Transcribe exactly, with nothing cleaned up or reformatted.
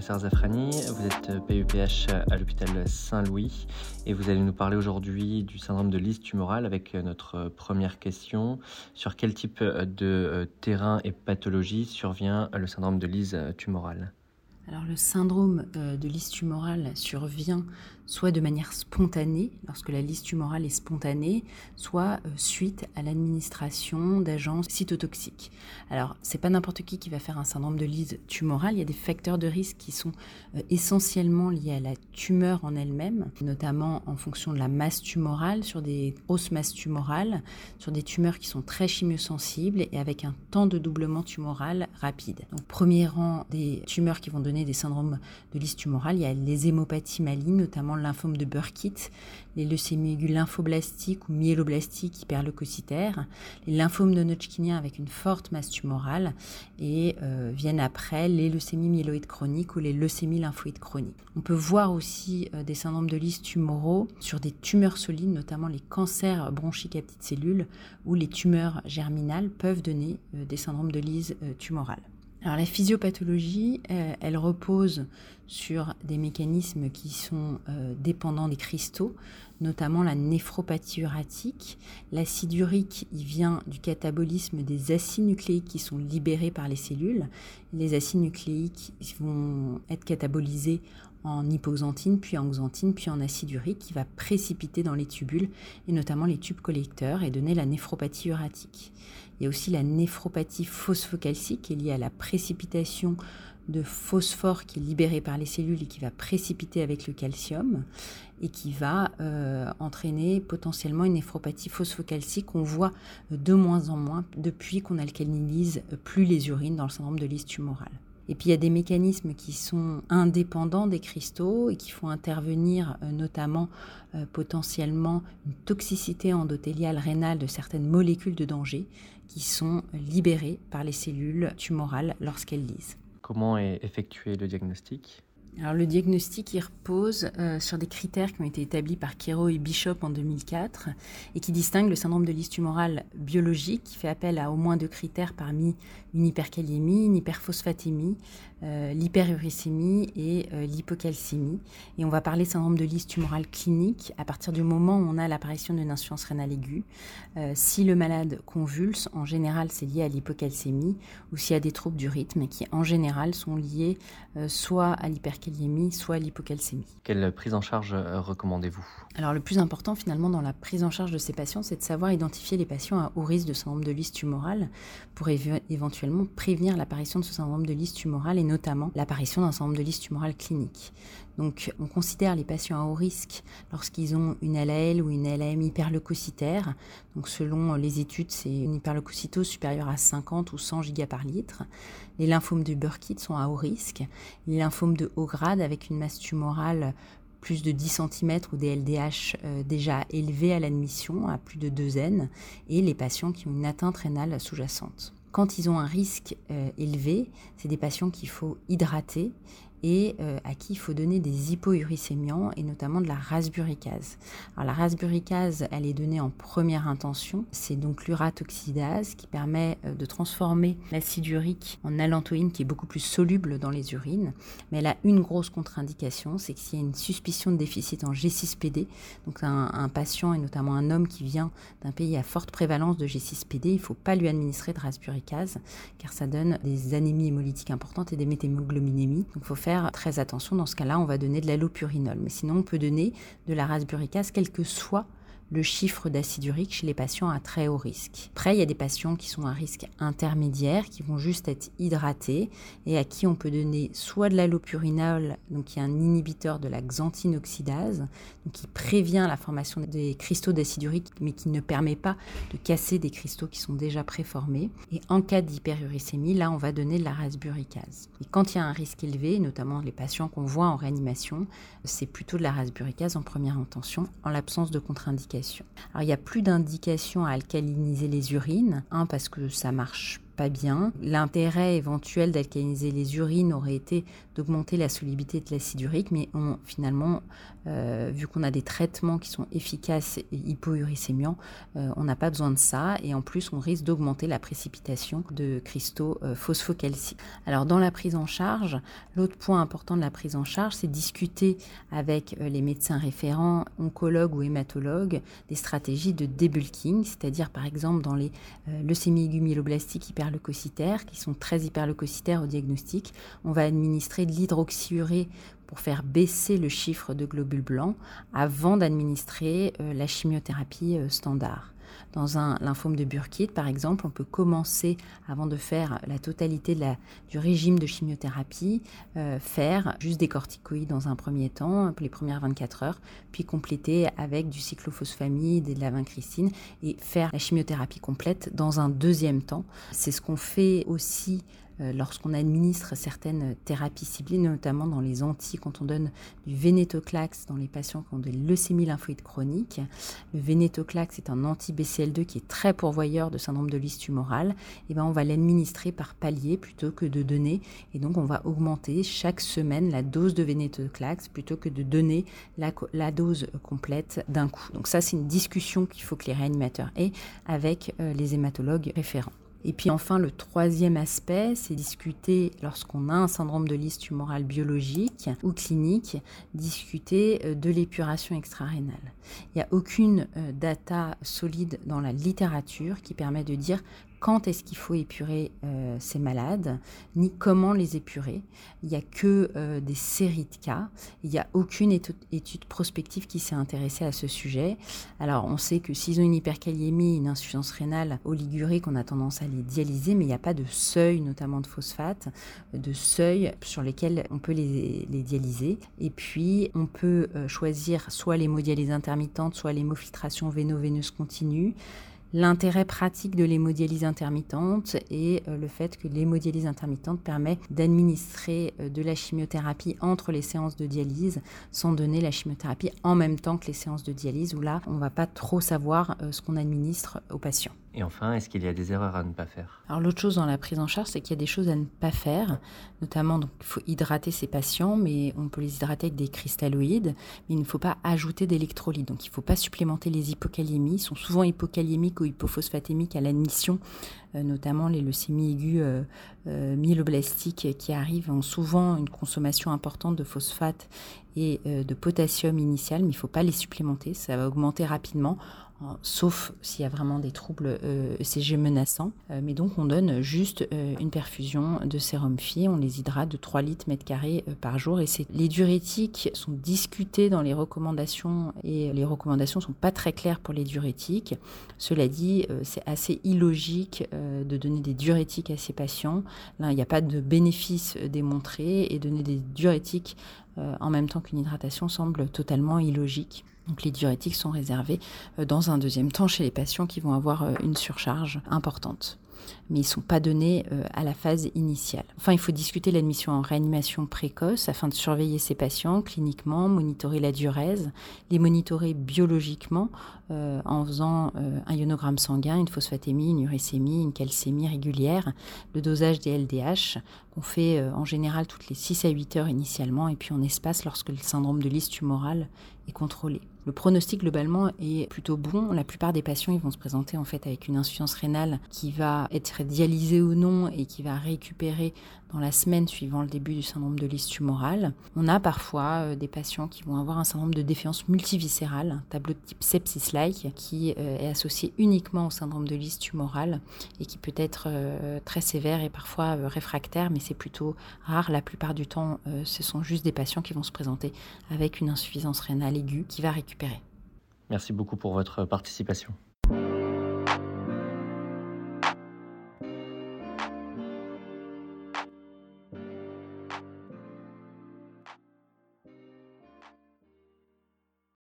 professeur Zafrani, vous êtes P E P H à l'hôpital Saint-Louis et vous allez nous parler aujourd'hui du syndrome de Lees tumorale avec notre première question. Sur quel type de terrain et pathologie survient le syndrome de Lees tumorale ? Alors le syndrome de Lees tumorale survient soit de manière spontanée, lorsque la Lees tumorale est spontanée, soit suite à l'administration d'agents cytotoxiques. Alors c'est pas n'importe qui qui va faire un syndrome de Lees tumorale, il y a des facteurs de risque qui sont essentiellement liés à la tumeur en elle-même, notamment en fonction de la masse tumorale, sur des grosses masses tumorales, sur des tumeurs qui sont très chimiosensibles et avec un temps de doublement tumoral rapide. Donc premier rang des tumeurs qui vont donner des syndromes de Lees tumorale, il y a les hémopathies malignes, notamment le lymphome de Burkitt, les leucémies aiguës lymphoblastiques ou myéloblastiques hyperleucocytaires, les lymphomes de Hodgkinien avec une forte masse tumorale et euh, viennent après les leucémies myéloïdes chroniques ou les leucémies lymphoïdes chroniques. On peut voir aussi euh, des syndromes de Lees tumoraux sur des tumeurs solides, notamment les cancers bronchiques à petites cellules ou les tumeurs germinales peuvent donner euh, des syndromes de Lees euh, tumorale. Alors la physiopathologie, euh, elle repose sur des mécanismes qui sont euh, dépendants des cristaux, notamment la néphropathie uratique. L'acide urique, il vient du catabolisme des acides nucléiques qui sont libérés par les cellules. Les acides nucléiques vont être catabolisés en hypoxanthine, puis en xanthine, puis en acide urique qui va précipiter dans les tubules, et notamment les tubes collecteurs, et donner la néphropathie uratique. Il y a aussi la néphropathie phosphocalcique qui est liée à la précipitation de phosphore qui est libéré par les cellules et qui va précipiter avec le calcium et qui va euh, entraîner potentiellement une néphropathie phosphocalcique qu'on voit de moins en moins depuis qu'on alcalinise plus les urines dans le syndrome de Lees tumorale. Et puis il y a des mécanismes qui sont indépendants des cristaux et qui font intervenir euh, notamment euh, potentiellement une toxicité endothéliale rénale de certaines molécules de danger qui sont libérées par les cellules tumorales lorsqu'elles lisent. Comment est effectué le diagnostic ? Alors, le diagnostic il repose euh, sur des critères qui ont été établis par Queiro et Bishop en deux mille quatre et qui distinguent le syndrome de Lees tumorale biologique qui fait appel à au moins deux critères parmi une hyperkaliémie, une hyperphosphatémie, euh, l'hyperuricémie et euh, l'hypocalcémie. Et on va parler de syndrome de Lees tumorale clinique à partir du moment où on a l'apparition d'une insuffisance rénale aiguë. Euh, si le malade convulse, en général c'est lié à l'hypocalcémie ou s'il y a des troubles du rythme qui en général sont liés euh, soit à l'hyperkaliémie, soit à l'hypocalcémie. Quelle prise en charge recommandez-vous ? Alors le plus important finalement dans la prise en charge de ces patients, c'est de savoir identifier les patients à haut risque de syndrome de Lees tumorale pour éve- éventuellement prévenir l'apparition de ce syndrome de Lees tumorale et notamment l'apparition d'un syndrome de Lees tumorale clinique. Donc on considère les patients à haut risque lorsqu'ils ont une L A L ou une L A M hyperleucocytaire. Donc selon les études, c'est une hyperleucocytose supérieure à cinquante ou cent giga par litre. Les lymphomes de Burkitt sont à haut risque. Les lymphomes de haut grade avec une masse tumorale plus de dix centimètres ou des L D H euh, déjà élevés à l'admission, à plus de deux N, et les patients qui ont une atteinte rénale sous-jacente. Quand ils ont un risque euh, élevé, c'est des patients qu'il faut hydrater et euh, à qui il faut donner des hypouricémiants et notamment de la rasburicase. Alors la rasburicase, elle est donnée en première intention. C'est donc l'uratoxidase qui permet euh, de transformer l'acide urique en allantoïne qui est beaucoup plus soluble dans les urines. Mais elle a une grosse contre-indication, c'est que s'il y a une suspicion de déficit en G six P D, donc un, un patient et notamment un homme qui vient d'un pays à forte prévalence de G six P D, il ne faut pas lui administrer de rasburicase car ça donne des anémies hémolytiques importantes et des méthhémoglobinémies. Donc il faut faire très attention, dans ce cas-là, on va donner de l'allopurinol. Mais sinon, on peut donner de la rasburicase, quel que soit le chiffre d'acide urique chez les patients à très haut risque. Après, il y a des patients qui sont à risque intermédiaire, qui vont juste être hydratés et à qui on peut donner soit de l'allopurinol, donc qui est un inhibiteur de la xanthine oxydase, donc qui prévient la formation des cristaux d'acide urique, mais qui ne permet pas de casser des cristaux qui sont déjà préformés. Et en cas d'hyperuricémie, là, on va donner de la rasburicase. Et quand il y a un risque élevé, notamment les patients qu'on voit en réanimation, c'est plutôt de la rasburicase en première intention, en l'absence de contre-indication. Alors, il n'y a plus d'indication à alcaliniser les urines, un, parce que ça marche pas bien. L'intérêt éventuel d'alcaliniser les urines aurait été d'augmenter la solubilité de l'acide urique, mais on, finalement, euh, vu qu'on a des traitements qui sont efficaces et hypouricémiants, euh, on n'a pas besoin de ça, et en plus on risque d'augmenter la précipitation de cristaux euh, phosphocalciques. Alors dans la prise en charge, l'autre point important de la prise en charge, c'est discuter avec euh, les médecins référents, oncologues ou hématologues, des stratégies de debulking, c'est-à-dire par exemple dans les euh, leucémies aiguës myéloblastiques hyperleucocytaires, qui sont très hyperleucocytaires au diagnostic, on va administrer de l'hydroxyurée pour faire baisser le chiffre de globules blancs avant d'administrer euh, la chimiothérapie euh, standard. Dans un lymphome de Burkitt, par exemple, on peut commencer, avant de faire la totalité de la, du régime de chimiothérapie, euh, faire juste des corticoïdes dans un premier temps, les premières vingt-quatre heures, puis compléter avec du cyclophosphamide et de la vincristine et faire la chimiothérapie complète dans un deuxième temps. C'est ce qu'on fait aussi lorsqu'on administre certaines thérapies ciblées, notamment dans les anti, quand on donne du vénétoclax dans les patients qui ont des leucémies lymphoïdes chroniques. Le vénétoclax est un anti-B C L deux qui est très pourvoyeur de syndrome de Lys tumorale. Et ben on va l'administrer par palier plutôt que de donner. Et donc, on va augmenter chaque semaine la dose de vénétoclax plutôt que de donner la, la dose complète d'un coup. Donc ça, c'est une discussion qu'il faut que les réanimateurs aient avec euh, les hématologues référents. Et puis enfin, le troisième aspect, c'est discuter, lorsqu'on a un syndrome de Lys tumorale biologique ou clinique, discuter de l'épuration extra-rénale. Il n'y a aucune data solide dans la littérature qui permet de dire quand est-ce qu'il faut épurer euh, ces malades, ni comment les épurer. Il n'y a que euh, des séries de cas. Il n'y a aucune étude, étude prospective qui s'est intéressée à ce sujet. Alors, on sait que s'ils ont une hyperkaliémie, une insuffisance rénale oligurique, on a tendance à les dialyser, mais il n'y a pas de seuil, notamment de phosphate, de seuil sur lesquels on peut les, les dialyser. Et puis, on peut euh, choisir soit l'hémodialyse intermittente, soit l'hémofiltration véno-veineuse continue. L'intérêt pratique de l'hémodialyse intermittente et le fait que l'hémodialyse intermittente permet d'administrer de la chimiothérapie entre les séances de dialyse sans donner la chimiothérapie en même temps que les séances de dialyse où là, on ne va pas trop savoir ce qu'on administre aux patients. Et enfin, est-ce qu'il y a des erreurs à ne pas faire ? Alors l'autre chose dans la prise en charge, c'est qu'il y a des choses à ne pas faire, notamment donc il faut hydrater ces patients, mais on peut les hydrater avec des cristalloïdes, mais il ne faut pas ajouter d'électrolytes, donc il ne faut pas supplémenter les hypokaliémies, ils sont souvent hypokaliémiques ou hypophosphatémiques à l'admission, euh, notamment les leucémies aiguës euh, euh, myéloblastiques qui arrivent ont souvent une consommation importante de phosphate et euh, de potassium initial, mais il ne faut pas les supplémenter, ça va augmenter rapidement, sauf s'il y a vraiment des troubles euh, E C G menaçants. Euh, mais donc, on donne juste euh, une perfusion de sérum Phi. On les hydrate de trois litres mètre carré euh, par jour. Et c'est... les diurétiques sont discutés dans les recommandations et les recommandations ne sont pas très claires pour les diurétiques. Cela dit, euh, c'est assez illogique euh, de donner des diurétiques à ces patients. Là, il n'y a pas de bénéfice démontré et donner des diurétiques euh, en même temps qu'une hydratation semble totalement illogique. Donc les diurétiques sont réservés dans un deuxième temps chez les patients qui vont avoir une surcharge importante. Mais ils ne sont pas donnés à la phase initiale. Enfin, il faut discuter l'admission en réanimation précoce afin de surveiller ces patients cliniquement, monitorer la diurèse, les monitorer biologiquement euh, en faisant euh, un ionogramme sanguin, une phosphatémie, une uricémie, une calcémie régulière, le dosage des L D H qu'on fait euh, en général toutes les six à huit heures initialement et puis on espace lorsque le syndrome de Lys tumorale est contrôlé. Le pronostic globalement est plutôt bon. La plupart des patients ils vont se présenter en fait avec une insuffisance rénale qui va être dialysée ou non et qui va récupérer dans la semaine suivant le début du syndrome de Lys tumorale. On a parfois euh, des patients qui vont avoir un syndrome de défaillance multiviscérale, un tableau de type sepsis-like qui euh, est associé uniquement au syndrome de Lys tumorale et qui peut être euh, très sévère et parfois euh, réfractaire, mais c'est plutôt rare. La plupart du temps, euh, ce sont juste des patients qui vont se présenter avec une insuffisance rénale aiguë qui va récupérer. Merci beaucoup pour votre participation.